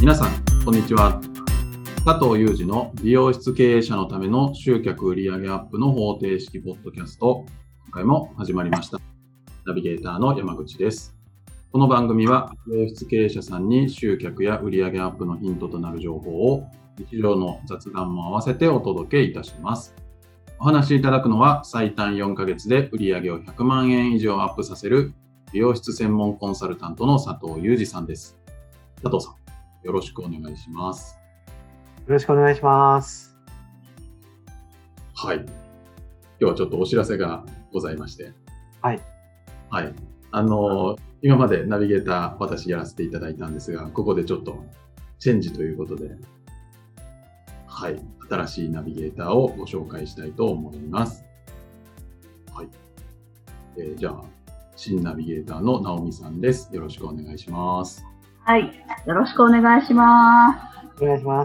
皆さん、こんにちは。佐藤祐二の美容室経営者のための集客売上アップの方程式ポッドキャスト、今回も始まりました。ナビゲーターの山口です。この番組は美容室経営者さんに集客や売上アップのヒントとなる情報を日常の雑談も合わせてお届けいたします。お話しいただくのは最短4ヶ月で売上を100万円以上アップさせる美容室専門コンサルタントの佐藤祐二さんです。佐藤さん、よろしくお願いします。 よろしくお願いします。 はい。今日はちょっとお知らせがございまして。 はい。 はい。今までナビゲーター私やらせていただいたんですが、ここでちょっとチェンジということで、はい。新しいナビゲーターをご紹介したいと思います。はい。じゃあ、新ナビゲーターの直美さんです。よろしくお願いします。 はい。よろしくお願いします。 お願いします。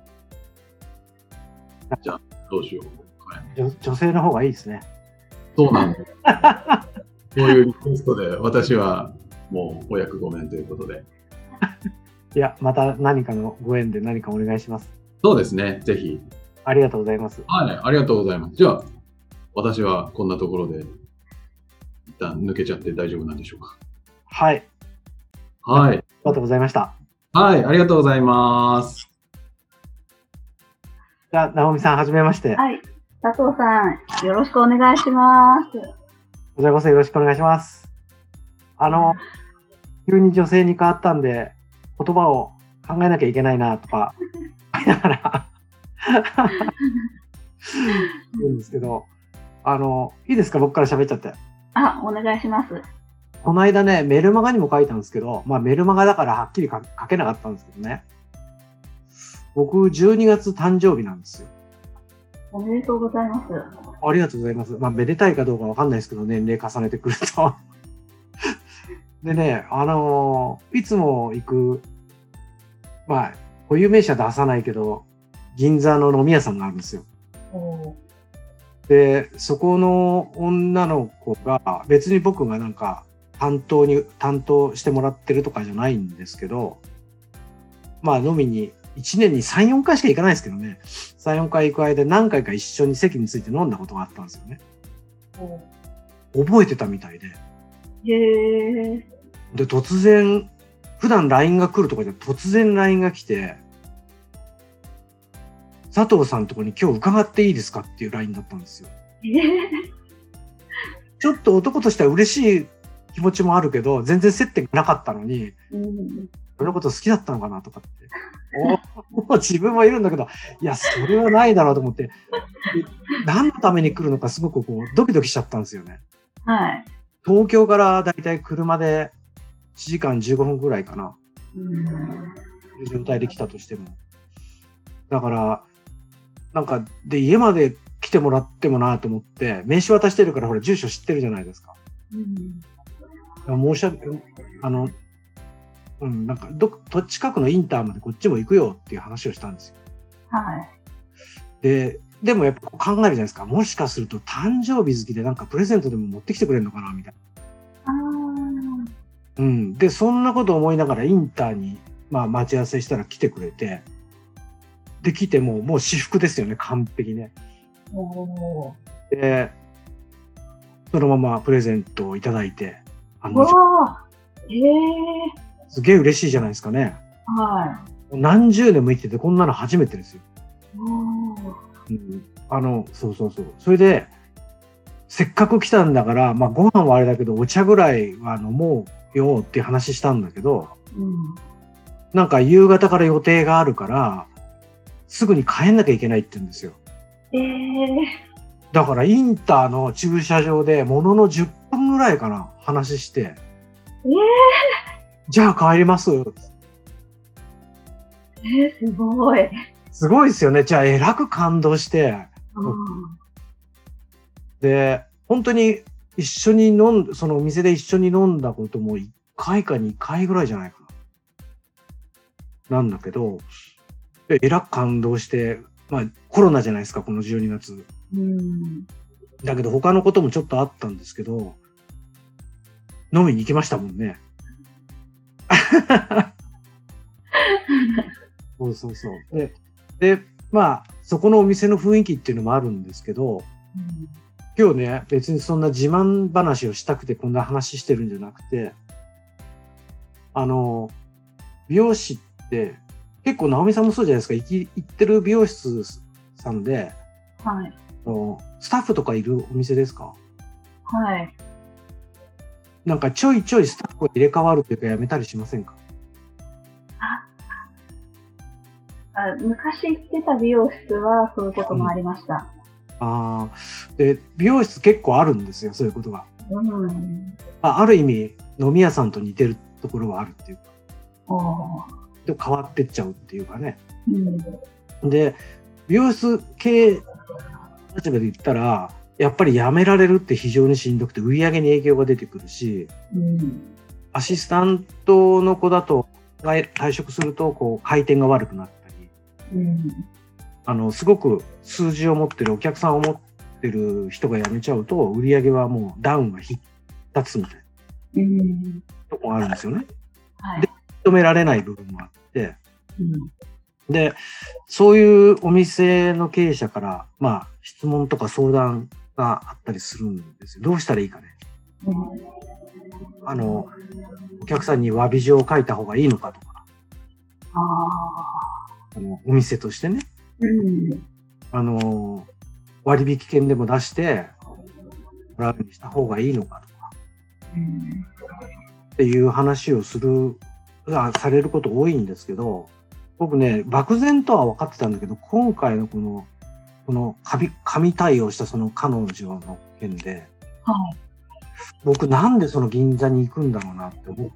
じゃあ、どうしよう。 はい、女性の方がいいですね。 そうなんです。こういうリクエストで、私はもうお役御免ということで。 いや、また何かのご縁で何かお願いします。 そうですね。ぜひ。 ありがとうございます。 はい、ありがとうございます。じゃあ、私はこんなところで一旦抜けちゃって大丈夫なんでしょうか。 はい。 はい。 ありがとうございました。 はい、ありがとうございます。 じゃあ、直美さん、はじめまして。 はい。佐藤さん、よろしくお願いします。 こちらこそよろしくお願いします。急に女性に変わったんで、言葉を考えなきゃいけないなとか、言いながら言うんですけど、いいですか、僕から喋っちゃって。 あ、お願いします。 この間ね、メルマガにも書いたんですけど、メルマガだからはっきり書けなかったんですけどね。僕、12月誕生日なんですよ。 おめでとうございます。 ありがとうございます。めでたいかどうかわかんないですけど、年齢重ねてくると。でね、いつも行く、固有名詞は出さないけど、銀座の飲み屋さんがあるんですよ。で、そこの女の子が、別に僕がなんか担当してもらってるとかじゃないんですけど、飲みに1年に3、4回しか行かないですけどね、3、4回行く間何回か一緒に席について飲んだことがあったんですよね。覚えてたみたいで。で、突然、普段 LINE が来るとかで突然 LINE が来て、佐藤さんのところに今日伺っていいですかっていう LINE だったんですよ。ちょっと男としては嬉しい気持ちもあるけど、全然接点がなかったのに、そのこと好きだったのかなとかって。自分もいるんだけど、いや、それはないだろうと思って、何のために来るのかすごくドキドキしちゃったんですよね。 はい。 東京からだいたい車で1時間15分ぐらいかな。いう状態で来たとしても。だから、家まで来てもらってもなと思って、名刺渡してるから、ほら、住所知ってるじゃないですか。申し訳、近くのインターまでこっちも行くよっていう話をしたんですよ。 はい。 でもやっぱ考えるじゃないですか。もしかすると誕生日好きでプレゼントでも持ってきてくれるのかなみたいな。で、そんなこと思いながらインターに、待ち合わせしたら来てくれて、で、来てもう私服ですよね、完璧ね。で、そのままプレゼントをいただいて、すげえ嬉しいじゃないですかね。 はい。 何十年も生きててこんなの初めてですよ。そう。それで、せっかく来たんだから、ご飯はあれだけど、お茶ぐらいは飲もうよっていう話したんだけど、夕方から予定があるから、すぐに帰んなきゃいけないって言うんですよ。だからインターの駐車場でものの10分ぐらいかな、話して。じゃあ帰ります。 すごい。 すごいですよね。じゃあえらく感動して。で、本当に一緒にそのお店で一緒に飲んだことも1回か2回ぐらいじゃないかな。なんだけど、えらく感動して、コロナじゃないですか、この12月。だけど他のこともちょっとあったんですけど、飲みに行きましたもんね。 そうそうそう。で、まあ、そこのお店の雰囲気っていうのもあるんですけど、今日ね、別にそんな自慢話をしたくてこんな話してるんじゃなくて、美容師って結構直美さんもそうじゃないですか、行ってる美容室さんで、 はい。 スタッフとかいるお店ですか？ はい。 なんかちょいちょいスタッフが入れ替わるというかやめたりしませんか？ 昔行ってた美容室はそういうこともありました。 で、美容室結構あるんですよ、そういうことが。ある意味、飲み屋さんと似てるところはあるっていうか。で変わってっちゃうっていうかね。で、美容室系立場で言ったら、やっぱり辞められるって非常にしんどくて、売り上げに影響が出てくるし、アシスタントの子だと、退職すると、回転が悪くなったり、すごく数字を持ってる、お客さんを持ってる人が辞めちゃうと、売り上げはもうダウンが立つみたいなとこがあるんですよね。で、認められない部分もあって、で、そういうお店の経営者から、質問とか相談があったりするんですよ。どうしたらいいかね。お客さんに詫び状を書いた方がいいのかとか。お店としてね。割引券でも出して、もらうようにした方がいいのかとか。っていう話をされること多いんですけど、僕ね、漠然とは分かってたんだけど、今回のこの紙対応したその彼女の件で、僕なんでその銀座に行くんだろうなって思う。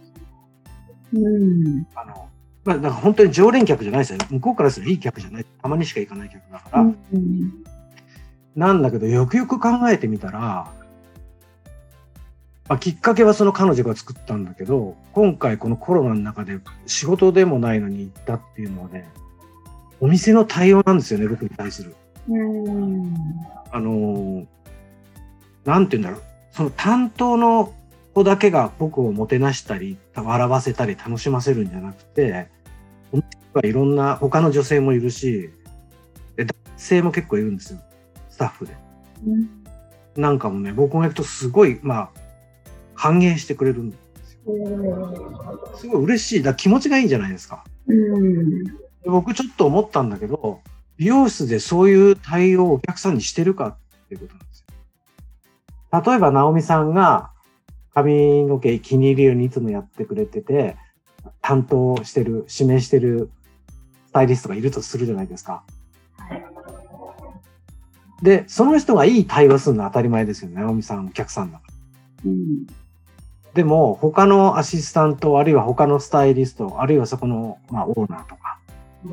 だから本当に常連客じゃないですよ。向こうからするといい客じゃない。たまにしか行かない客だから。なんだけど、よくよく考えてみたら、きっかけはその彼女が作ったんだけど、今回このコロナの中で仕事でもないのに行ったっていうのはね、お店の対応なんですよね、僕に対する。なんて言うんだろう。その担当の子だけが僕をもてなしたり、笑わせたり楽しませるんじゃなくて、いろんな他の女性もいるし、男性も結構いるんですよ、スタッフで。なんかもね、僕が行くとすごい、歓迎してくれるんですよ。すごい嬉しい。だから気持ちがいいんじゃないですか。僕ちょっと思ったんだけど、美容室でそういう対応をお客さんにしてるかっていうことなんですよ。例えば、直美さんが髪の毛気に入るようにいつもやってくれてて、担当してる、指名してるスタイリストがいるとするじゃないですか。で、その人がいい対応するのは当たり前ですよね、直美さん、お客さんだから。でも、他のアシスタント、あるいは他のスタイリスト、あるいはそこの、オーナーとか、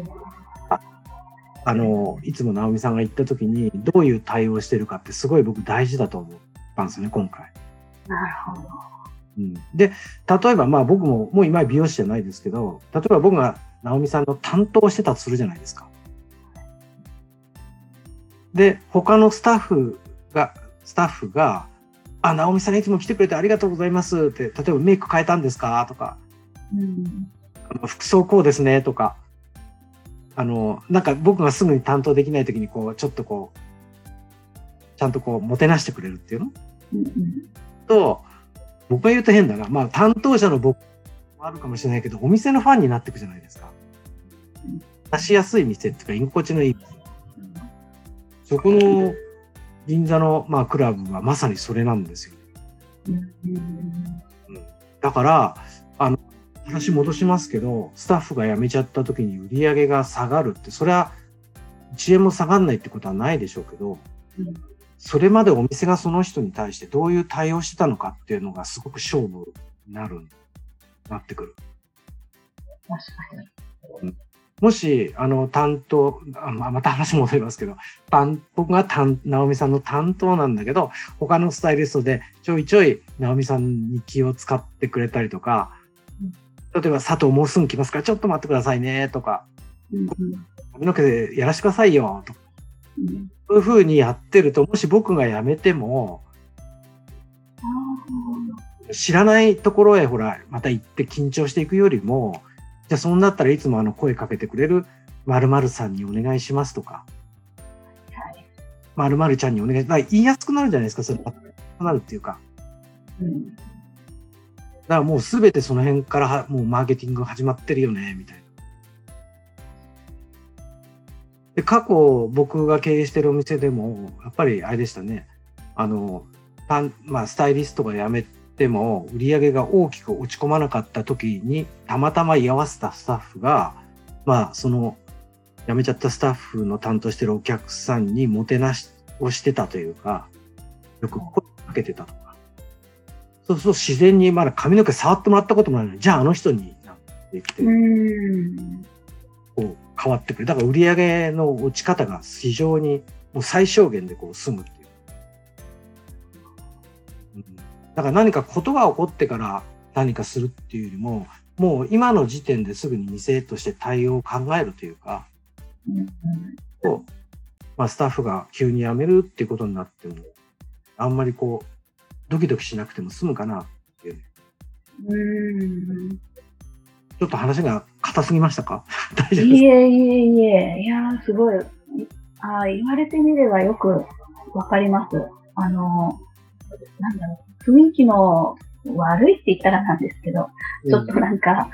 いつも直美さんが言った時に、どういう対応してるかってすごい僕大事だと思ったんですよね、今回。 なるほど。 で、例えば僕もう今美容師じゃないですけど、例えば僕が直美さんの担当してたとするじゃないですか。で、他のスタッフが、直美さんいつも来てくれてありがとうございますって、例えばメイク変えたんですかとか、服装こうですねとか、なんか僕がすぐに担当できないときにちょっとちゃんともてなしてくれるっていうの、と、僕が言うと変だな。担当者の僕もあるかもしれないけど、お店のファンになっていくじゃないですか。出しやすい店っていうか、居心地のいい。そこの銀座の、クラブはまさにそれなんですよ。だから、話戻しますけど、スタッフが辞めちゃった時に売り上げが下がるって、それは1円も下がんないってことはないでしょうけど、それまでお店がその人に対してどういう対応してたのかっていうのがすごく勝負になってくる。 確かに。 もし、担当、また話戻りますけど、僕が直美さんの担当なんだけど、他のスタイリストでちょいちょい直美さんに気を使ってくれたりとか、例えば佐藤もうすぐ来ますからちょっと待ってくださいねとか、髪の毛でやらせてくださいよとか、そういうふうにやってると、もし僕が辞めても、知らないところへまた行って緊張していくよりも、 じゃあそうなったらいつも声かけてくれる〇〇さんにお願いしますとか、 はい。 〇〇ちゃんにお願いします。言いやすくなるじゃないですか、それ。なるっていうか。 うん。 だからもうすべてその辺からもうマーケティングが始まってるよね、みたいな。で、過去僕が経営してるお店でも、やっぱりあれでしたね。スタイリストが辞めても、売り上げが大きく落ち込まなかった時に、たまたま居合わせたスタッフが、その、辞めちゃったスタッフの担当してるお客さんにもてなしをしてたというか、よく声かけてたとか。そうすると自然にまだ髪の毛触ってもらったこともないのに、じゃああの人になってきて、こう変わってくる。だから売り上げの落ち方が非常にもう最小限でこう済むっていう。だから何かことが起こってから何かするっていうよりも、もう今の時点ですぐに店として対応を考えるというか、スタッフが急に辞めるっていうことになっても、あんまりこう、ドキドキしなくても済むかなっていう。ちょっと話が硬すぎましたか？大丈夫ですか？ いえ。いやー、すごい。言われてみればよくわかります。雰囲気の悪いって言ったらなんですけど、ちょっとなんか、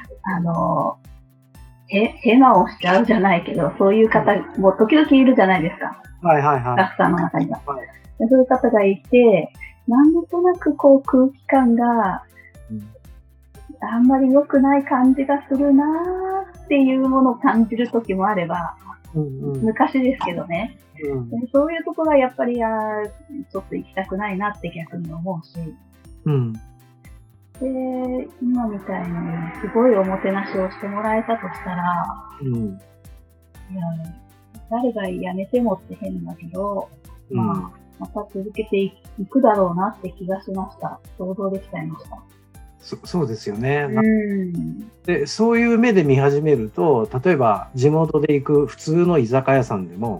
ヘマをしちゃうじゃないけど、そういう方も時々いるじゃないですか。 はいはいはい。 スタッフさんの中には。 はい、 そういう方がいて、なんとなくこう空気感が、あんまり良くない感じがするなーっていうものを感じる時もあれば、昔ですけどね、そういうところはやっぱりちょっと行きたくないなって逆に思うし、で今みたいにすごいおもてなしをしてもらえたとしたら、いや誰が辞めてもって変だけど、また続けていくだろうなって気がしました。想像できちゃいました。 そうですよね。で、そういう目で見始めると、例えば地元で行く普通の居酒屋さんでも、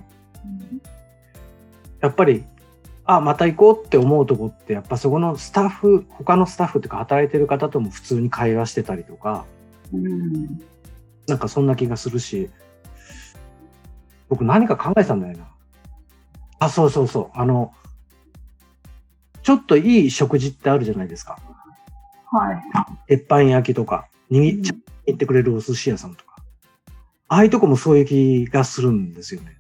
やっぱり、また行こうって思うとこって、やっぱそこのスタッフ、他のスタッフっていうか働いてる方とも普通に会話してたりとか、なんかそんな気がするし、僕何か考えてたんだよな。そう。ちょっといい食事ってあるじゃないですか。 はい。 鉄板焼きとか、握ってくれるお寿司屋さんとか。ああいうとこもそういう気がするんですよね。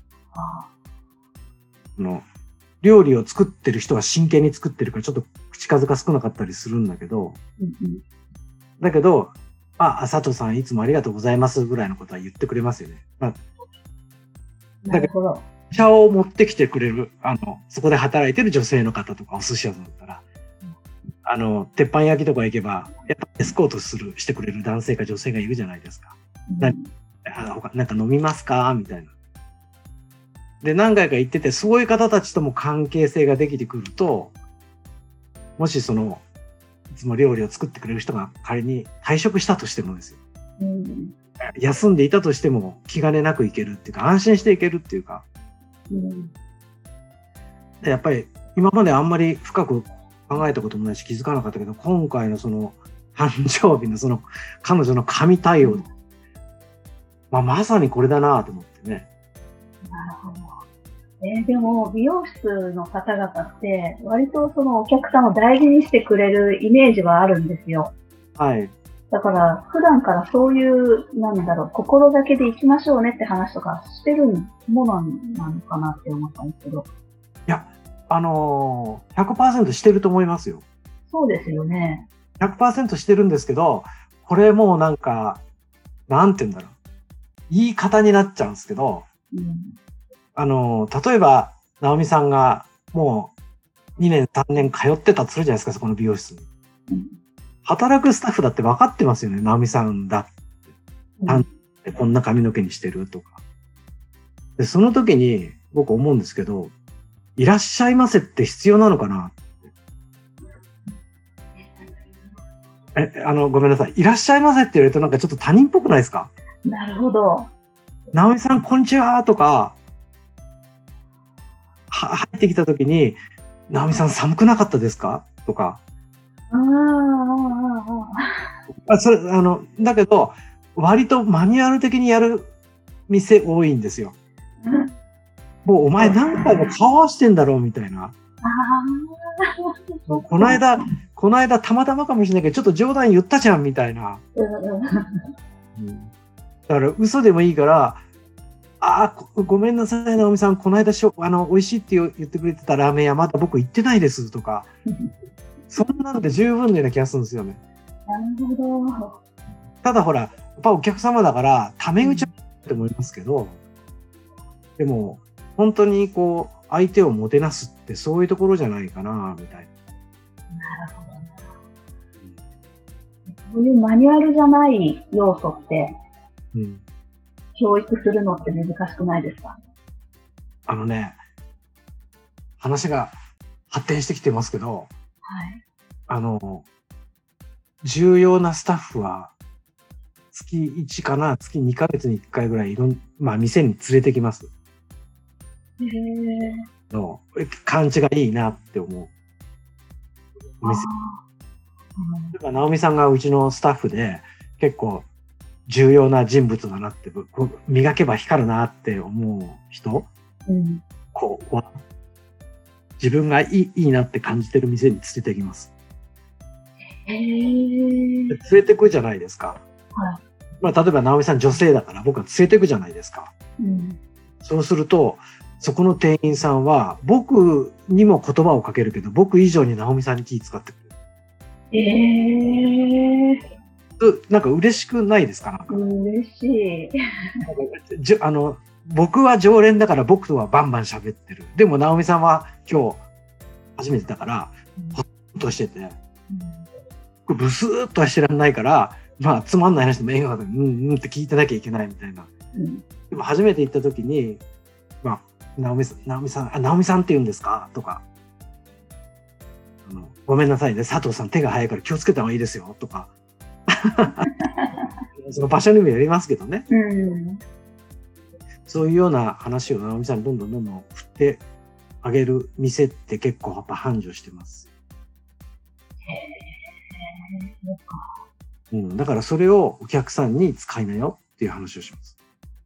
料理を作ってる人は真剣に作ってるからちょっと口数が少なかったりするんだけど、だけど、佐藤さんいつもありがとうございますぐらいのことは言ってくれますよね。 なるほど。 茶を持ってきてくれる、そこで働いてる女性の方とかお寿司屋さんだったら、鉄板焼きとか行けば、やっぱエスコートしてくれる男性か女性がいるじゃないですか。なんか飲みますかみたいな。で、何回か行ってて、そういう方たちとも関係性ができてくると、もしいつも料理を作ってくれる人が仮に退職したとしてもですよ。休んでいたとしても気兼ねなく行けるっていうか、安心して行けるっていうか。でやっぱり今まであんまり深く考えたこともないし気づかなかったけど、今回のその誕生日のその彼女の神対応、まさにこれだなと思ってね。 なるほど。でも美容室の方々って割とそのお客さんを大事にしてくれるイメージはあるんですよ。 はい。 だから普段からそういう心がけでいきましょうねって話とかしてるものなのかなって思ったんですけど。 いや、100% してると思いますよ。 そうですよね。 100% してるんですけど、これもうなんて言うんだろう。言い方になっちゃうんですけど、例えば、直美さんがもう2年、3年通ってたとするじゃないですか、そこの美容室に。働くスタッフだって分かってますよね、直美さんだって。こんな髪の毛にしてるとか。で、その時に僕思うんですけど、いらっしゃいませって必要なのかなって。ごめんなさい。いらっしゃいませって言われるとなんかちょっと他人っぽくないですか？ なるほど。 直美さん、こんにちはとか、入ってきた時に、直美さん寒くなかったですかとか。だけど、 割とマニュアル的にやる店多いんですよ。もうお前何回も顔合わしてんだろうみたいな。この間たまたまかもしれないけど、ちょっと冗談言ったじゃんみたいな。だから嘘でもいいから、ごめんなさい、直美さん、この間美味しいって言ってくれてたラーメン屋まだ僕行ってないですとか、そんなんで十分のような気がするんですよね。 なるほど。 ただほら、やっぱお客様だからタメ口はって思いますけど、でも本当にこう相手をもてなすってそういうところじゃないかなみたいな。 なるほどな。そういうマニュアルじゃない要素って、教育するのって難しくないですか？ 話が発展してきてますけど、 はい、 重要なスタッフは月1かな、月2ヶ月に1回ぐらい店に連れてきます。感じがいいなって思う。直美さんがうちのスタッフで結構重要な人物だなって、磨けば光るなって思う人、自分がいいなって感じてる店に連れてきます。連れてくじゃないですか。例えば直美さん女性だから僕は連れてくじゃないですか。そうするとそこの店員さんは僕にも言葉をかけるけど、僕以上に直美さんに気遣ってくる。なんか嬉しくないですか？なんか嬉しい。 僕は常連だから僕とはバンバン喋ってる。でも直美さんは今日初めてだからほっとしてて、ブスーっとは知らないから、つまんない話でも笑顔でって聞いてなきゃいけないみたいな。でも初めて行った時に、直美さんって言うんですかとか、ごめんなさいね、佐藤さん手が早いから気をつけた方がいいですよとか。その場所にもよりますけどね。そういうような話を直美さんにどんどん振ってあげる店って結構やっぱ繁盛してます。だからそれをお客さんに使いなよっていう話をします。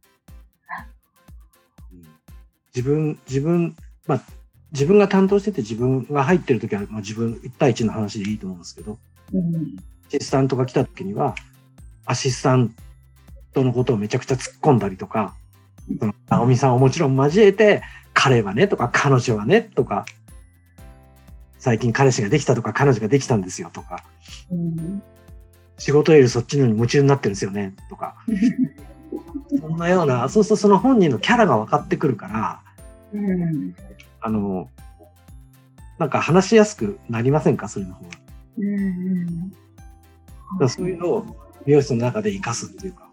自分が担当してて自分が入ってる時は、自分1対1の話でいいと思うんですけど、アシスタントが来た時にはアシスタントのことをめちゃくちゃ突っ込んだりとか、直美さんをもちろん交えて、彼はねとか彼女はねとか、最近彼氏ができたとか彼女ができたんですよとか、仕事よりそっちのに夢中になってるんですよねとか、そんなような、そうするとその本人のキャラが分かってくるから、なんか話しやすくなりませんか、そういうの方が。そういうのを美容室の中で活かすっていうか。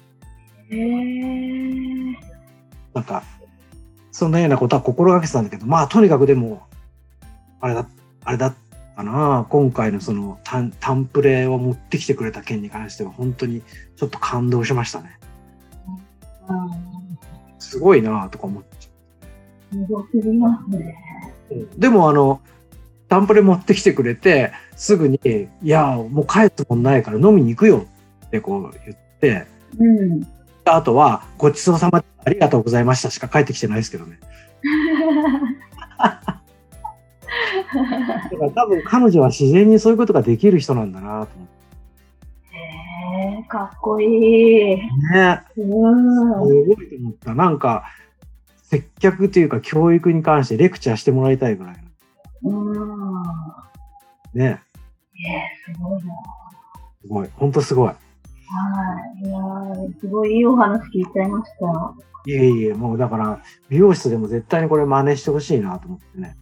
なんかそんなようなことは心がけてたんだけど、とにかくでもあれだったな、今回のそのタンプレを持ってきてくれた件に関しては本当にちょっと感動しましたね。すごいなとか思っちゃう。 動きますね。 でもタンプレ持ってきてくれてすぐに、いやもう帰すもんないから飲みに行くよってこう言って、あとはごちそうさまありがとうございましたしか帰ってきてないですけどね。だから多分彼女は自然にそういうことができる人なんだなと思って。 かっこいい。 ね。すごいと思った。なんか接客というか教育に関してレクチャーしてもらいたいぐらい。ね。 すごいな。 すごい。本当すごい。 いやすごいいいお話聞いちゃいました。 いえ、もうだから美容室でも絶対にこれ真似してほしいなと思ってね。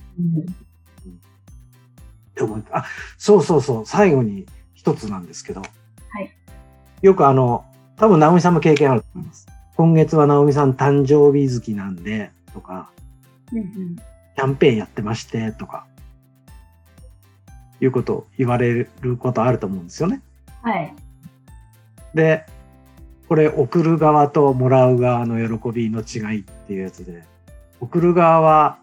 でもそう最後に一つなんですけど、よく多分直美さんも経験あると思います。今月は直美さん誕生日月なんでとか、キャンペーンやってましてとかいうことを言われることあると思うんですよね。でこれ送る側ともらう側の喜びの違いっていうやつで、送る側は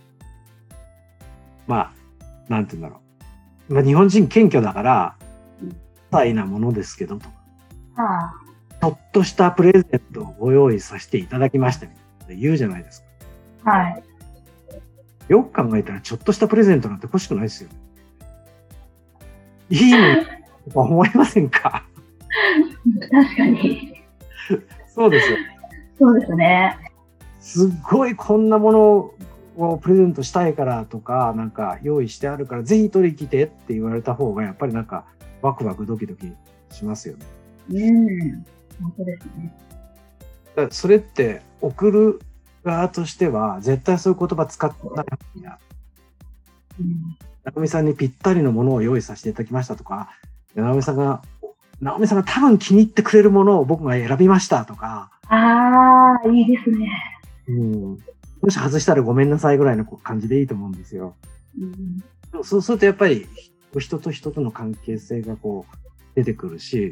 なんて言うんだろう、日本人謙虚だから些細なものですけどとか、 ちょっとしたプレゼントをご用意させていただきましたって言うじゃないですか。 はい。 よく考えたらちょっとしたプレゼントなんて欲しくないですよ。いいのにとか思いませんか？ 確かに。 そうですよ。 そうですね。 すっごいこんなものをプレゼントしたいからとか、なんか用意してあるからぜひ取り来てって言われた方がやっぱりなんかワクワクドキドキしますよね。 本当ですね。 だからそれって送る側としては絶対そういう言葉使ったらいいな。直美さんにぴったりのものを用意させていただきましたとか、直美さんが多分気に入ってくれるものを僕が選びましたとか。 ああ、いいですね。 もし外したらごめんなさいぐらいの感じでいいと思うんですよ。そうするとやっぱり人と人との関係性がこう出てくるし、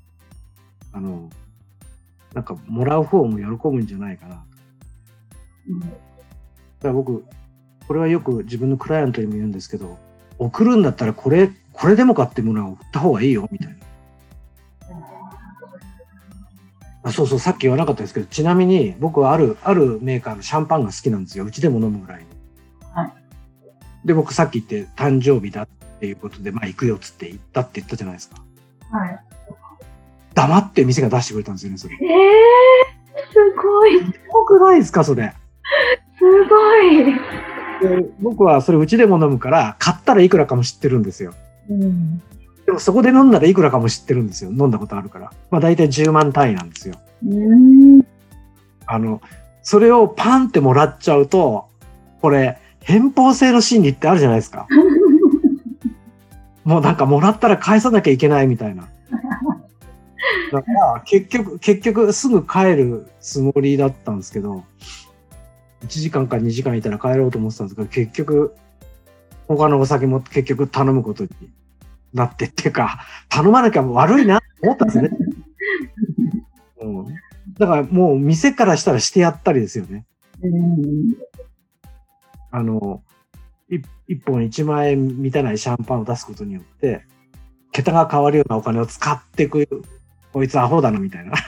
なんかもらう方も喜ぶんじゃないかな。だから僕、これはよく自分のクライアントにも言うんですけど、送るんだったらこれでもかっていうものは送った方がいいよみたいな。そう、さっき言わなかったですけど、ちなみに僕はあるメーカーのシャンパンが好きなんですよ。うちでも飲むぐらいに。 はい。 で、僕さっき言って誕生日だっていうことで、まあ行くよっつって行ったって言ったじゃないですか。 はい。 黙って店が出してくれたんですよね、それ。 すごい。 すごくないですか、それ。 すごい。 で僕はそれうちでも飲むから、買ったらいくらかも知ってるんですよ。でもそこで飲んだらいくらかも知ってるんですよ。飲んだことあるから。まあ大体10万単位なんですよ。それをパンってもらっちゃうと、これ、返報性の心理ってあるじゃないですか。もうなんかもらったら返さなきゃいけないみたいな。だから結局すぐ帰るつもりだったんですけど、1時間か2時間いたら帰ろうと思ってたんですけど、結局、他のお酒も結局頼むことになってっていうか、頼まなきゃ悪いなと思ったんですね。だからもう店からしたらしてやったりですよね。1本1万円満たないシャンパンを出すことによって、桁が変わるようなお金を使っていく、こいつアホだなみたいな。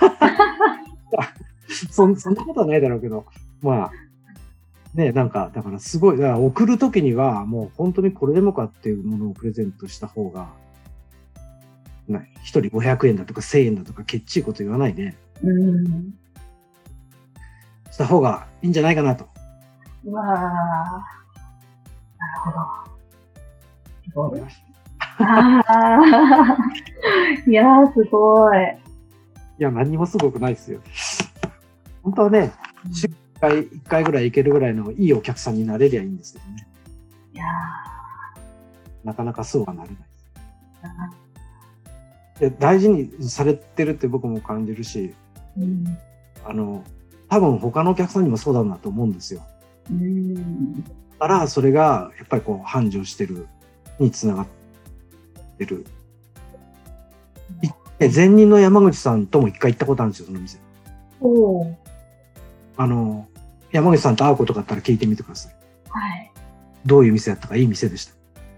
そんなことはないだろうけど、まあ、ね、なんか、だからすごい、だから送るときにはもう本当にこれでもかっていうものをプレゼントした方が、1人500円だとか1000円だとかケッチいこと言わないで、した方がいいんじゃないかなと。 うわー、なるほど。すごい。いやー、すごい。 いや、何にもすごくないですよ。本当はね、週1回ぐらい行けるぐらいのいいお客さんになれりゃいいんですけどね。 いやー、なかなかそうはなれないです。で、大事にされてるって僕も感じるし、多分他のお客さんにもそうだなと思うんですよ。だからそれがやっぱりこう繁盛してるにつながってる。前任の山口さんとも一回行ったことあるんですよ、その店。山口さんと会うことがあったら聞いてみてください。 はい。 どういう店だったか、いい店でした。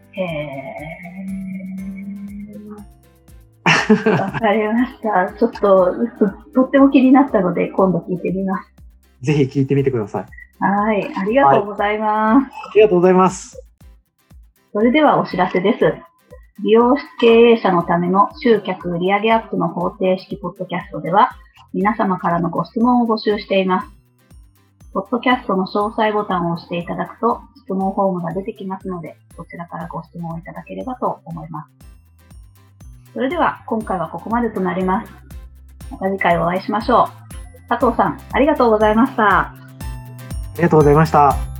わかりました。ちょっと、とっても気になったので、今度聞いてみます。 ぜひ聞いてみてください。 はい。ありがとうございます。 ありがとうございます。 それではお知らせです。美容室経営者のための集客売上アップの方程式ポッドキャストでは、皆様からのご質問を募集しています。ポッドキャストの詳細ボタンを押していただくと、質問フォームが出てきますので、こちらからご質問をいただければと思います。それでは、今回はここまでとなります。また次回お会いしましょう。佐藤さん、ありがとうございました。 ありがとうございました。